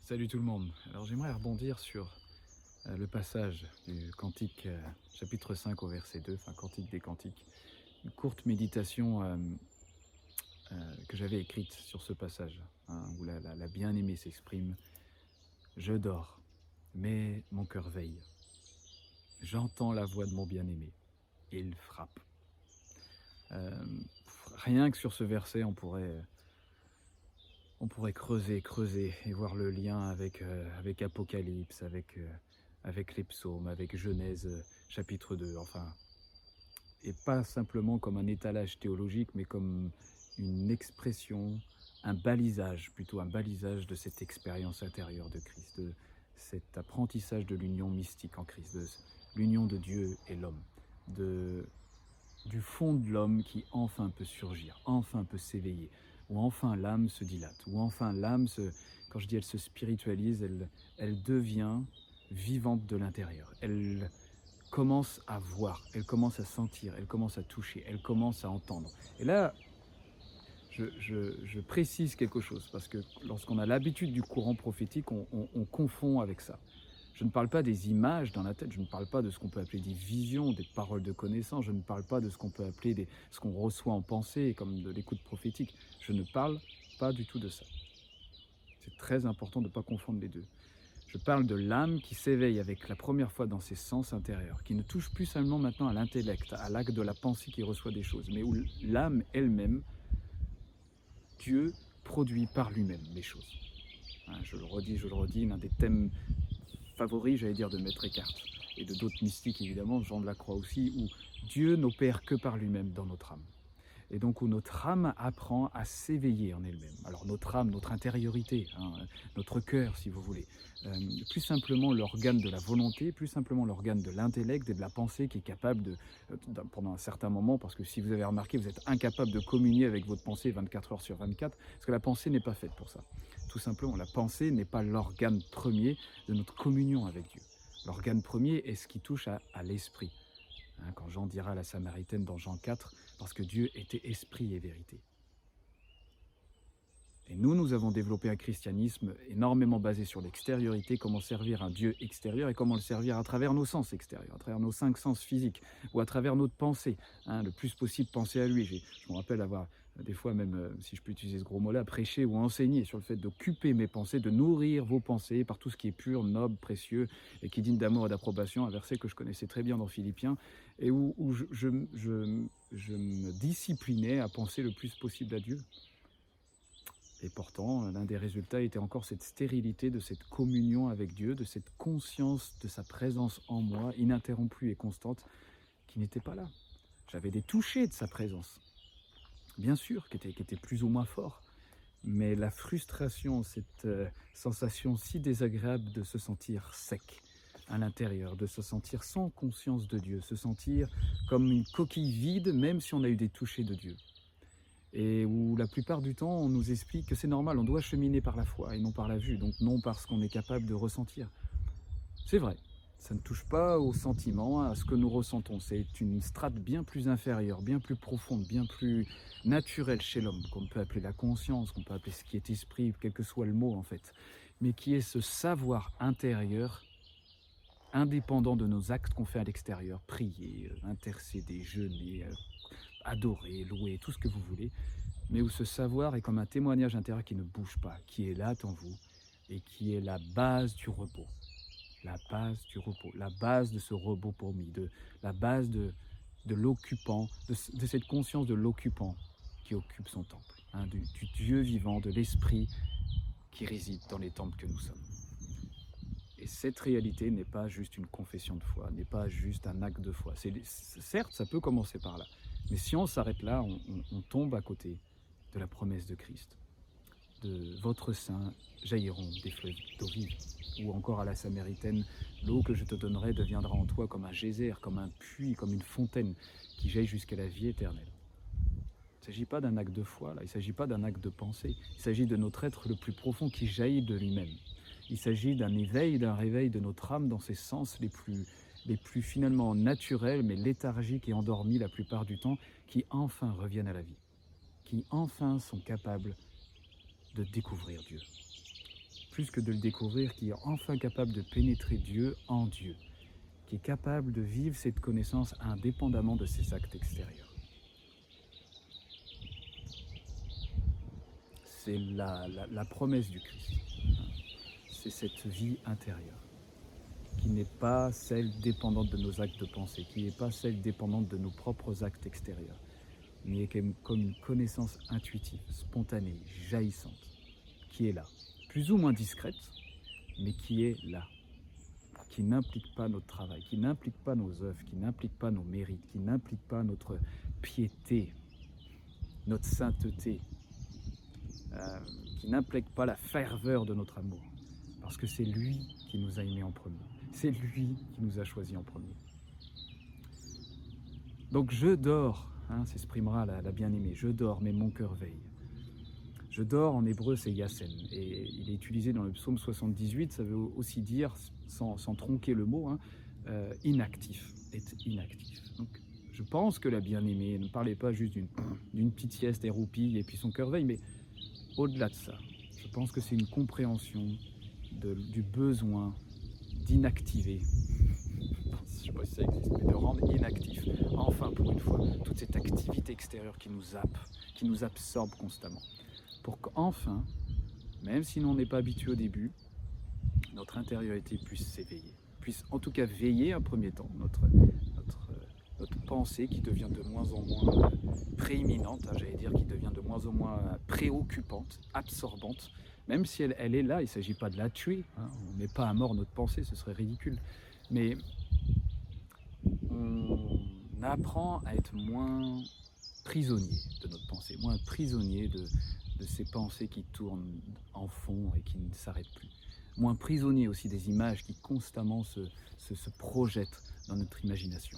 Salut tout le monde. Alors j'aimerais rebondir sur le passage du Cantique chapitre 5 au verset 2, enfin Cantique des Cantiques. Une courte méditation que j'avais écrite sur ce passage, où la bien-aimée s'exprime. Je dors, mais mon cœur veille. J'entends la voix de mon bien-aimé. Il frappe. Rien que sur ce verset, on pourrait creuser et voir le lien avec Apocalypse, avec les psaumes, avec Genèse chapitre 2, enfin, et pas simplement comme un étalage théologique, mais comme une expression, plutôt un balisage de cette expérience intérieure de Christ, de cet apprentissage de l'union mystique en Christ, de l'union de Dieu et l'homme, du fond de l'homme qui enfin peut surgir, enfin peut s'éveiller, où enfin l'âme se dilate, où enfin l'âme, quand je dis elle se spiritualise, elle devient vivante de l'intérieur. Elle commence à voir, elle commence à sentir, elle commence à toucher, elle commence à entendre. Et là, je précise quelque chose, parce que lorsqu'on a l'habitude du courant prophétique, on confond avec ça. Je ne parle pas des images dans la tête, je ne parle pas de ce qu'on peut appeler des visions, des paroles de connaissance, je ne parle pas de ce qu'on peut appeler ce qu'on reçoit en pensée, comme de l'écoute prophétique. Je ne parle pas du tout de ça. C'est très important de ne pas confondre les deux. Je parle de l'âme qui s'éveille avec la première fois dans ses sens intérieurs, qui ne touche plus seulement maintenant à l'intellect, à l'acte de la pensée qui reçoit des choses, mais où l'âme elle-même, Dieu produit par lui-même les choses. Je le redis, l'un des thèmes favoris, j'allais dire, de Maître Eckhart et de d'autres mystiques évidemment, Jean de la Croix aussi, où Dieu n'opère que par lui-même dans notre âme. Et donc où notre âme apprend à s'éveiller en elle-même. Alors notre âme, notre intériorité, notre cœur si vous voulez, plus simplement l'organe de la volonté, plus simplement l'organe de l'intellect et de la pensée qui est capable pendant un certain moment, parce que si vous avez remarqué, vous êtes incapable de communier avec votre pensée 24 heures sur 24, parce que la pensée n'est pas faite pour ça. Tout simplement, la pensée n'est pas l'organe premier de notre communion avec Dieu. L'organe premier est ce qui touche à l'esprit. Quand Jean dira à la Samaritaine dans Jean 4, parce que Dieu était esprit et vérité. Et nous avons développé un christianisme énormément basé sur l'extériorité, comment servir un Dieu extérieur et comment le servir à travers nos sens extérieurs, à travers nos 5 sens physiques ou à travers notre pensée. Le plus possible penser à lui. Je me rappelle avoir des fois même, si je peux utiliser ce gros mot-là, prêché ou enseigné sur le fait d'occuper mes pensées, de nourrir vos pensées par tout ce qui est pur, noble, précieux et qui digne d'amour et d'approbation, un verset que je connaissais très bien dans Philippiens et où je me disciplinais à penser le plus possible à Dieu. Et pourtant, l'un des résultats était encore cette stérilité de cette communion avec Dieu, de cette conscience de sa présence en moi, ininterrompue et constante, qui n'était pas là. J'avais des touchés de sa présence, bien sûr, qui étaient plus ou moins forts, mais la frustration, cette sensation si désagréable de se sentir sec à l'intérieur, de se sentir sans conscience de Dieu, se sentir comme une coquille vide, même si on a eu des touchés de Dieu. Et où la plupart du temps, on nous explique que c'est normal, on doit cheminer par la foi et non par la vue, donc non par ce qu'on est capable de ressentir. C'est vrai, ça ne touche pas aux sentiments, à ce que nous ressentons. C'est une strate bien plus inférieure, bien plus profonde, bien plus naturelle chez l'homme, qu'on peut appeler la conscience, qu'on peut appeler ce qui est esprit, quel que soit le mot en fait, mais qui est ce savoir intérieur indépendant de nos actes qu'on fait à l'extérieur, prier, intercéder, jeûner, adorer, louer, tout ce que vous voulez, mais où ce savoir est comme un témoignage intérieur qui ne bouge pas, qui est là en vous, et qui est la base du repos. La base du repos, la base de ce repos promis, la base de l'occupant, de cette conscience de l'occupant qui occupe son temple, du Dieu vivant, de l'esprit qui réside dans les temples que nous sommes. Et cette réalité n'est pas juste une confession de foi, n'est pas juste un acte de foi. Certes, ça peut commencer par là, mais si on s'arrête là, on tombe à côté de la promesse de Christ. De votre sein jailliront des fleuves d'eau vive. Ou encore à la Samaritaine, l'eau que je te donnerai deviendra en toi comme un geyser, comme un puits, comme une fontaine qui jaillit jusqu'à la vie éternelle. Il ne s'agit pas d'un acte de foi, là. Il ne s'agit pas d'un acte de pensée. Il s'agit de notre être le plus profond qui jaillit de lui-même. Il s'agit d'un éveil, d'un réveil de notre âme dans ses sens les plus finalement naturels, mais léthargiques et endormis la plupart du temps, qui enfin reviennent à la vie, qui enfin sont capables de découvrir Dieu. plus que de le découvrir, qui est enfin capable de pénétrer Dieu en Dieu, qui est capable de vivre cette connaissance indépendamment de ses actes extérieurs. C'est la promesse du Christ. C'est cette vie intérieure, qui n'est pas celle dépendante de nos actes de pensée, qui n'est pas celle dépendante de nos propres actes extérieurs, mais comme une connaissance intuitive, spontanée, jaillissante, qui est là, plus ou moins discrète, mais qui est là, qui n'implique pas notre travail, qui n'implique pas nos œuvres, qui n'implique pas nos mérites, qui n'implique pas notre piété, notre sainteté, qui n'implique pas la ferveur de notre amour, parce que c'est lui qui nous a aimés en premier, c'est lui qui nous a choisis en premier. Donc je dors, s'exprimera la bien-aimée, je dors mais mon cœur veille. Je dors en hébreu c'est yasen, et il est utilisé dans le psaume 78, ça veut aussi dire, sans tronquer le mot, inactif, est inactif. Donc je pense que la bien-aimée ne parlait pas juste d'une petite sieste, elle roupille et puis son cœur veille, mais au-delà de ça, je pense que c'est une compréhension du besoin d'inactiver, je ne sais pas si ça existe, mais de rendre inactif, enfin pour une fois, toute cette activité extérieure qui nous zappe, qui nous absorbe constamment, pour qu'enfin, même si l'on n'est pas habitué au début, notre intériorité puisse s'éveiller, puisse en tout cas veiller un premier temps, notre pensée qui devient de moins en moins prééminente, j'allais dire, qui devient de moins en moins préoccupante, absorbante, même si elle est là, il ne s'agit pas de la tuer, on ne met pas à mort notre pensée, ce serait ridicule, mais on apprend à être moins prisonnier de notre pensée, moins prisonnier de ces pensées qui tournent en fond et qui ne s'arrêtent plus, moins prisonnier aussi des images qui constamment se projettent dans notre imagination.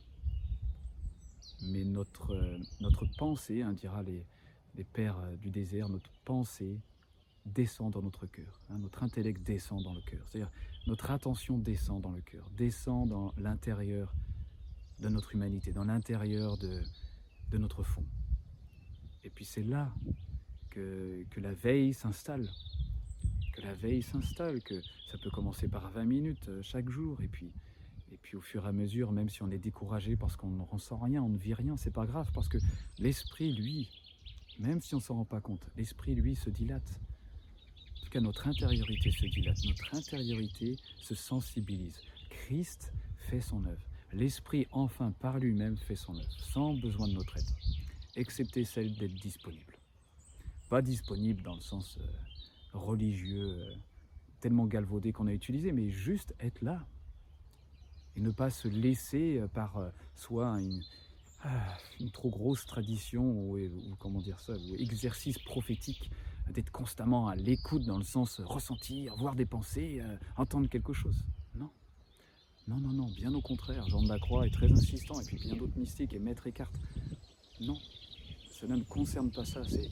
Mais notre pensée, dira les pères du désert, notre pensée descend dans notre cœur, notre intellect descend dans le cœur, c'est-à-dire notre attention descend dans le cœur, descend dans l'intérieur de notre humanité, dans l'intérieur de notre fond. Et puis c'est là que la veille s'installe, que ça peut commencer par 20 minutes chaque jour, et puis au fur et à mesure, même si on est découragé parce qu'on ne ressent rien, on ne vit rien, c'est pas grave, parce que l'esprit, lui, même si on ne s'en rend pas compte, l'esprit, lui, se dilate. En tout cas, notre intériorité se dilate, notre intériorité se sensibilise. Christ fait son œuvre. L'esprit, enfin, par lui-même, fait son œuvre, sans besoin de notre aide, excepté celle d'être disponible. Pas disponible dans le sens religieux, tellement galvaudé qu'on a utilisé, mais juste être là. Et ne pas se laisser par soit une trop grosse tradition ou comment dire ça, ou exercice prophétique, d'être constamment à l'écoute dans le sens ressentir, voir des pensées, entendre quelque chose. Non. Non, bien au contraire. Jean de la Croix est très insistant, et puis bien d'autres mystiques, et Maître Eckhart. Non, cela ne concerne pas ça, c'est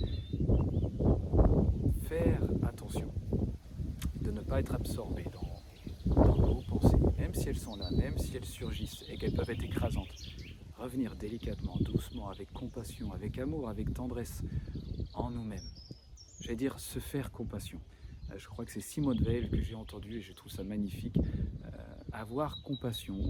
faire attention, de ne pas être absorbé dans nos pensées, même si elles sont là, même si elles surgissent et qu'elles peuvent être écrasantes. Revenir délicatement, doucement, avec compassion, avec amour, avec tendresse en nous-mêmes. J'allais dire se faire compassion. Je crois que c'est Simone Veil que j'ai entendu et je trouve ça magnifique. Avoir compassion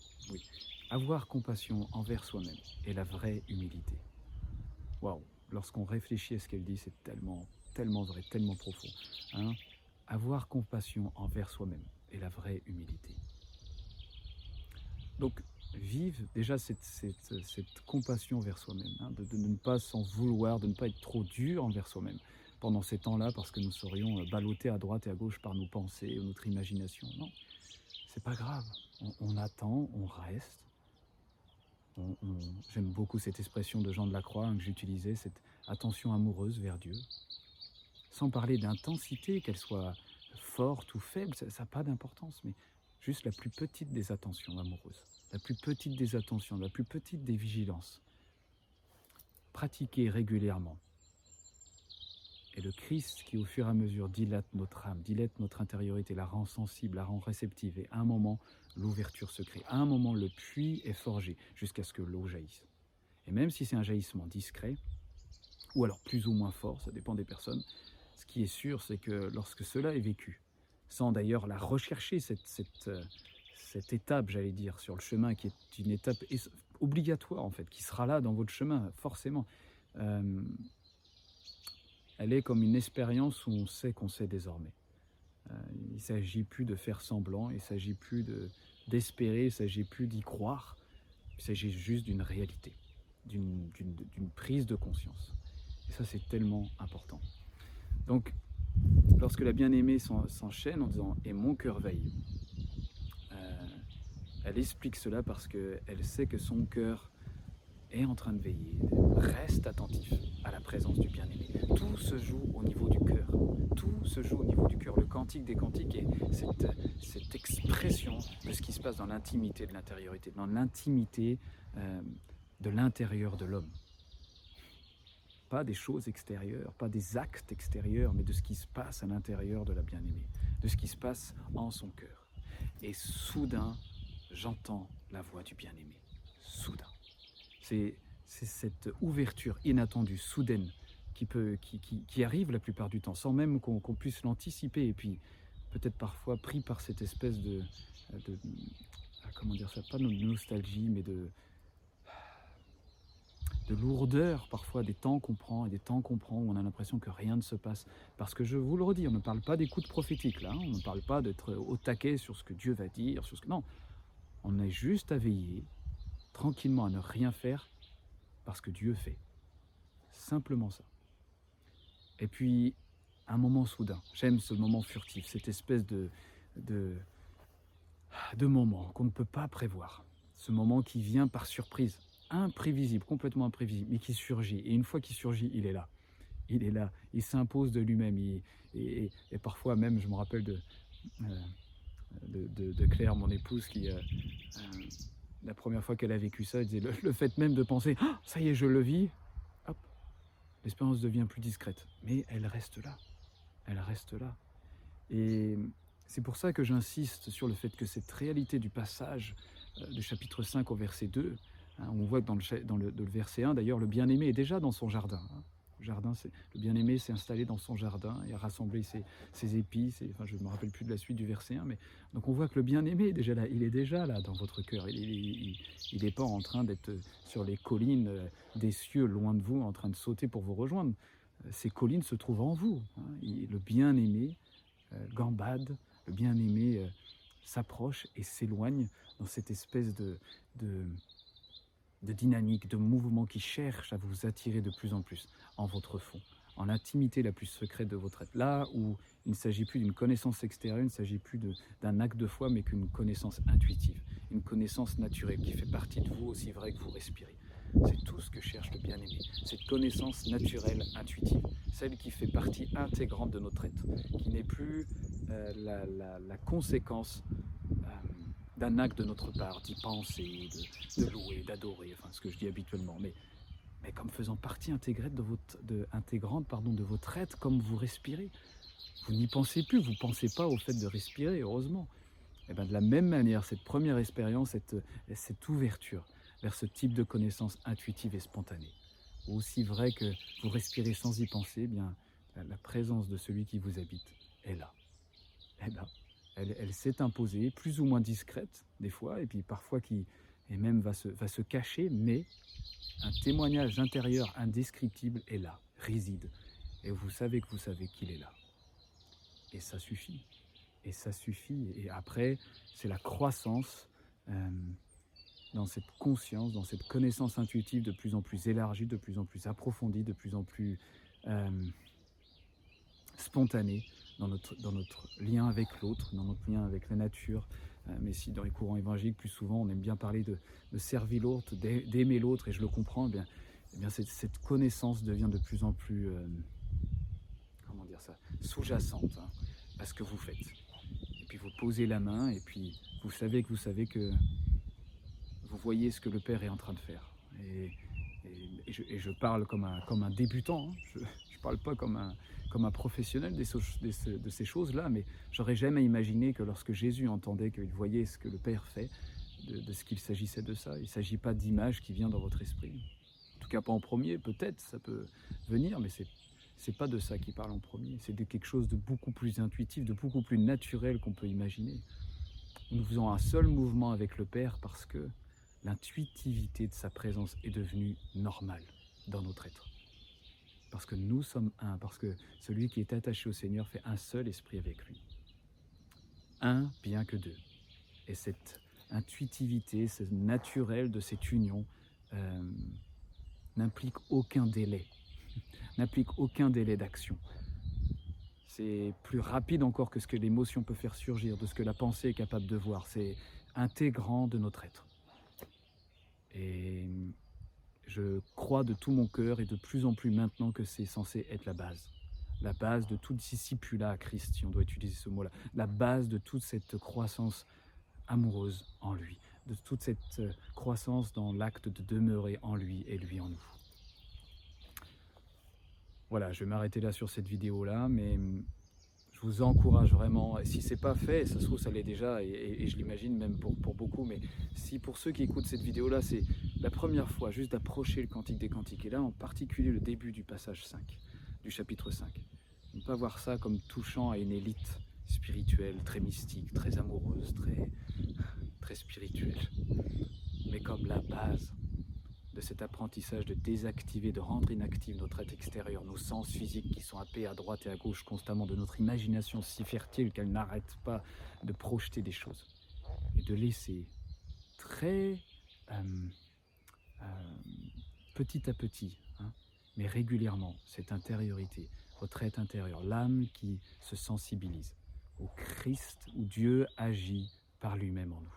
envers soi-même est la vraie humilité. Waouh, lorsqu'on réfléchit à ce qu'elle dit, c'est tellement vrai, tellement profond. Avoir compassion envers soi-même est la vraie humilité. Donc, vive déjà cette compassion vers soi-même, de ne pas s'en vouloir, de ne pas être trop dur envers soi-même pendant ces temps-là, parce que nous serions ballottés à droite et à gauche par nos pensées ou notre imagination. Non, c'est pas grave. On attend, on reste. J'aime beaucoup cette expression de Jean de la Croix que j'utilisais, cette attention amoureuse vers Dieu. Sans parler d'intensité, qu'elle soit forte ou faible, ça n'a pas d'importance, mais juste la plus petite des attentions amoureuses, la plus petite des attentions, la plus petite des vigilances. Pratiquer régulièrement. Et le Christ qui, au fur et à mesure, dilate notre âme, dilate notre intériorité, la rend sensible, la rend réceptive. Et à un moment, l'ouverture se crée. À un moment, le puits est forgé jusqu'à ce que l'eau jaillisse. Et même si c'est un jaillissement discret, ou alors plus ou moins fort, ça dépend des personnes, Ce qui est sûr, c'est que lorsque cela est vécu, sans d'ailleurs la rechercher, cette étape, j'allais dire, sur le chemin, qui est une étape obligatoire, en fait, qui sera là dans votre chemin, forcément, euh, elle est comme une expérience où on sait qu'on sait désormais. Il ne s'agit plus de faire semblant, il ne s'agit plus d'espérer, il ne s'agit plus d'y croire, il s'agit juste d'une réalité, d'une prise de conscience. Et ça, c'est tellement important. Donc, lorsque la bien-aimée s'enchaîne en disant « et mon cœur veille », elle explique cela parce qu'elle sait que son cœur est en train de veiller, reste attentif à la présence du bien-aimé. Tout se joue au niveau du cœur. Tout se joue au niveau du cœur. Le cantique des cantiques est cette expression de ce qui se passe dans l'intimité de l'intériorité, dans l'intimité de l'intérieur de l'homme. Pas des choses extérieures, pas des actes extérieurs, mais de ce qui se passe à l'intérieur de la bien-aimée, de ce qui se passe en son cœur. Et soudain, j'entends la voix du bien-aimé. Soudain. C'est cette ouverture inattendue, soudaine, qui arrive la plupart du temps, sans même qu'on puisse l'anticiper, et puis peut-être parfois pris par cette espèce de comment dire ça, pas de nostalgie, mais de lourdeur parfois des temps qu'on prend, et des temps qu'on prend où on a l'impression que rien ne se passe. Parce que je vous le redis, on ne parle pas d'écoute prophétique là, on ne parle pas d'être au taquet sur ce que Dieu va dire, sur ce que... Non, on est juste à veiller, tranquillement à ne rien faire, parce que Dieu fait. Simplement ça. Et puis, un moment soudain, j'aime ce moment furtif, cette espèce de moment qu'on ne peut pas prévoir. Ce moment qui vient par surprise, imprévisible, complètement imprévisible, mais qui surgit. Et une fois qu'il surgit, il est là. Il est là, il s'impose de lui-même. Et parfois même, je me rappelle de Claire, mon épouse, qui, la première fois qu'elle a vécu ça, elle disait le fait même de penser oh, « ça y est, je le vis », hop, l'expérience devient plus discrète. Mais elle reste là. Elle reste là. Et c'est pour ça que j'insiste sur le fait que cette réalité du passage du chapitre 5 au verset 2, on voit que dans le verset 1, d'ailleurs, le bien-aimé est déjà dans son jardin. Le bien-aimé s'est installé dans son jardin et a rassemblé ses épis. Je ne me rappelle plus de la suite du verset 1, mais donc on voit que le bien-aimé est déjà là. Il est déjà là dans votre cœur. Il n'est pas en train d'être sur les collines des cieux, loin de vous, en train de sauter pour vous rejoindre. Ces collines se trouvent en vous. Le bien-aimé gambade, le bien-aimé s'approche et s'éloigne dans cette espèce de dynamique, de mouvement qui cherche à vous attirer de plus en plus en votre fond, en l'intimité la plus secrète de votre être. Là où il ne s'agit plus d'une connaissance extérieure, il ne s'agit plus d'un acte de foi, mais qu'une connaissance intuitive, une connaissance naturelle qui fait partie de vous aussi vrai que vous respirez. C'est tout ce que cherche le bien-aimé, cette connaissance naturelle, intuitive, celle qui fait partie intégrante de notre être, qui n'est plus la conséquence d'un acte de notre part, d'y penser, de louer, d'adorer, enfin ce que je dis habituellement, mais comme faisant partie intégrante de votre être, comme vous respirez. Vous n'y pensez plus, vous ne pensez pas au fait de respirer, heureusement. Et bien de la même manière, cette première expérience, cette ouverture vers ce type de connaissance intuitive et spontanée, aussi vrai que vous respirez sans y penser, eh bien la présence de celui qui vous habite est là. Elle est là. Elle s'est imposée, plus ou moins discrète des fois, et puis parfois et même va se cacher, mais un témoignage intérieur indescriptible est là, réside. Et vous savez qu'il est là. Et ça suffit. Et ça suffit. Et après, c'est la croissance dans cette conscience, dans cette connaissance intuitive de plus en plus élargie, de plus en plus approfondie, de plus en plus spontanée dans notre lien avec l'autre, dans notre lien avec la nature. Mais si dans les courants évangéliques, plus souvent, on aime bien parler de servir l'autre, d'aimer l'autre, et je le comprends, eh bien cette connaissance devient de plus en plus, sous-jacente à ce que vous faites. Et puis vous posez la main, et puis vous savez que vous voyez ce que le Père est en train de faire. Et je parle comme un débutant, je ne parle pas comme un professionnel de ces choses-là, mais j'aurais jamais imaginé que lorsque Jésus entendait qu'il voyait ce que le Père fait, de ce qu'il s'agissait de ça. Il ne s'agit pas d'image qui vient dans votre esprit. En tout cas pas en premier, peut-être, ça peut venir, mais c'est pas de ça qu'il parle en premier, c'est de quelque chose de beaucoup plus intuitif, de beaucoup plus naturel qu'on peut imaginer. Nous faisons un seul mouvement avec le Père parce que l'intuitivité de sa présence est devenue normale dans notre être. Parce que nous sommes un, parce que celui qui est attaché au Seigneur fait un seul esprit avec lui. Un bien que deux. Et cette intuitivité, ce naturel de cette union n'implique aucun délai, n'implique aucun délai d'action. C'est plus rapide encore que ce que l'émotion peut faire surgir, de ce que la pensée est capable de voir. C'est intégrant de notre être. Et je crois de tout mon cœur et de plus en plus maintenant que c'est censé être la base de tout discipulat à Christ, si on doit utiliser ce mot-là, la base de toute cette croissance amoureuse en lui, de toute cette croissance dans l'acte de demeurer en lui et lui en nous. Voilà, je vais m'arrêter là sur cette vidéo-là, mais je vous encourage vraiment, et si ce n'est pas fait, ça se trouve ça l'est déjà, et je l'imagine même pour beaucoup, mais si pour ceux qui écoutent cette vidéo-là, c'est la première fois juste d'approcher le Cantique des Cantiques, et là en particulier le début du passage 5, du chapitre 5. Ne pas voir ça comme touchant à une élite spirituelle, très mystique, très amoureuse, très spirituelle, mais comme la base de cet apprentissage de désactiver, de rendre inactif notre être extérieur, nos sens physiques qui sont happés à droite et à gauche constamment, de notre imagination si fertile qu'elle n'arrête pas de projeter des choses, et de laisser très petit à petit, mais régulièrement, cette intériorité, votre être intérieur, l'âme qui se sensibilise au Christ, où Dieu agit par lui-même en nous,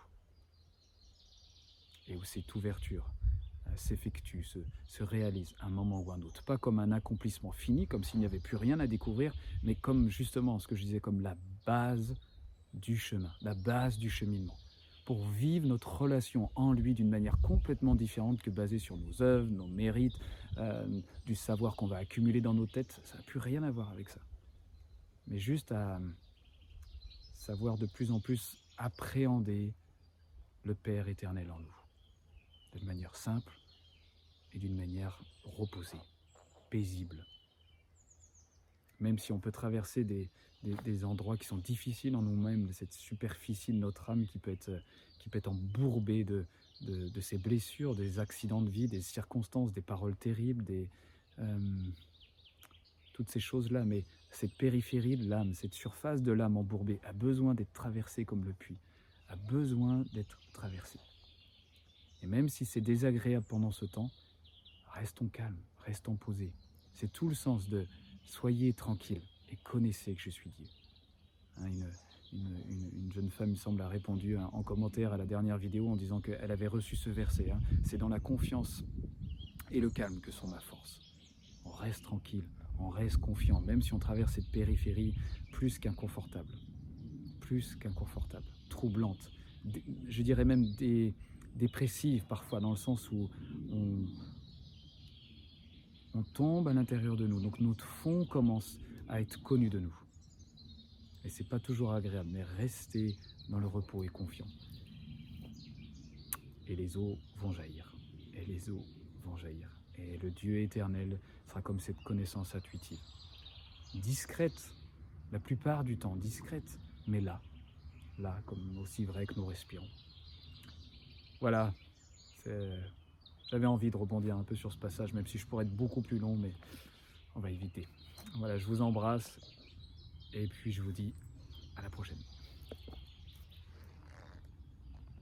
et où cette ouverture s'effectue, se réalise à un moment ou un autre. Pas comme un accomplissement fini, comme s'il n'y avait plus rien à découvrir, mais comme justement, ce que je disais, comme la base du chemin, la base du cheminement, pour vivre notre relation en lui d'une manière complètement différente que basée sur nos œuvres, nos mérites, du savoir qu'on va accumuler dans nos têtes. Ça n'a plus rien à voir avec ça. Mais juste à savoir de plus en plus appréhender le Père éternel en nous, d'une manière simple et d'une manière reposée, paisible. Même si on peut traverser des endroits qui sont difficiles en nous-mêmes, cette superficie de notre âme qui peut être embourbée de ces blessures, des accidents de vie, des circonstances, des paroles terribles, toutes ces choses-là. Mais cette périphérie de l'âme, cette surface de l'âme embourbée a besoin d'être traversée comme le puits, a besoin d'être traversée. Et même si c'est désagréable pendant ce temps, restons calmes, restons posés. C'est tout le sens de « soyez tranquilles et connaissez que je suis Dieu ». Une jeune femme, il me semble, a répondu en commentaire à la dernière vidéo en disant qu'elle avait reçu ce verset. C'est dans la confiance et le calme que sont ma force. On reste tranquille, on reste confiant, même si on traverse cette périphérie plus qu'inconfortable, troublante, je dirais même dépressive parfois, dans le sens où on tombe à l'intérieur de nous, donc notre fond commence à être connu de nous. Et c'est pas toujours agréable, mais restez dans le repos et confiant. Et les eaux vont jaillir, et les eaux vont jaillir. Et le Dieu éternel sera comme cette connaissance intuitive. Discrète, la plupart du temps, discrète, mais là, comme aussi vrai que nous respirons. Voilà, j'avais envie de rebondir un peu sur ce passage, même si je pourrais être beaucoup plus long, mais on va éviter. Voilà, je vous embrasse, et puis je vous dis à la prochaine.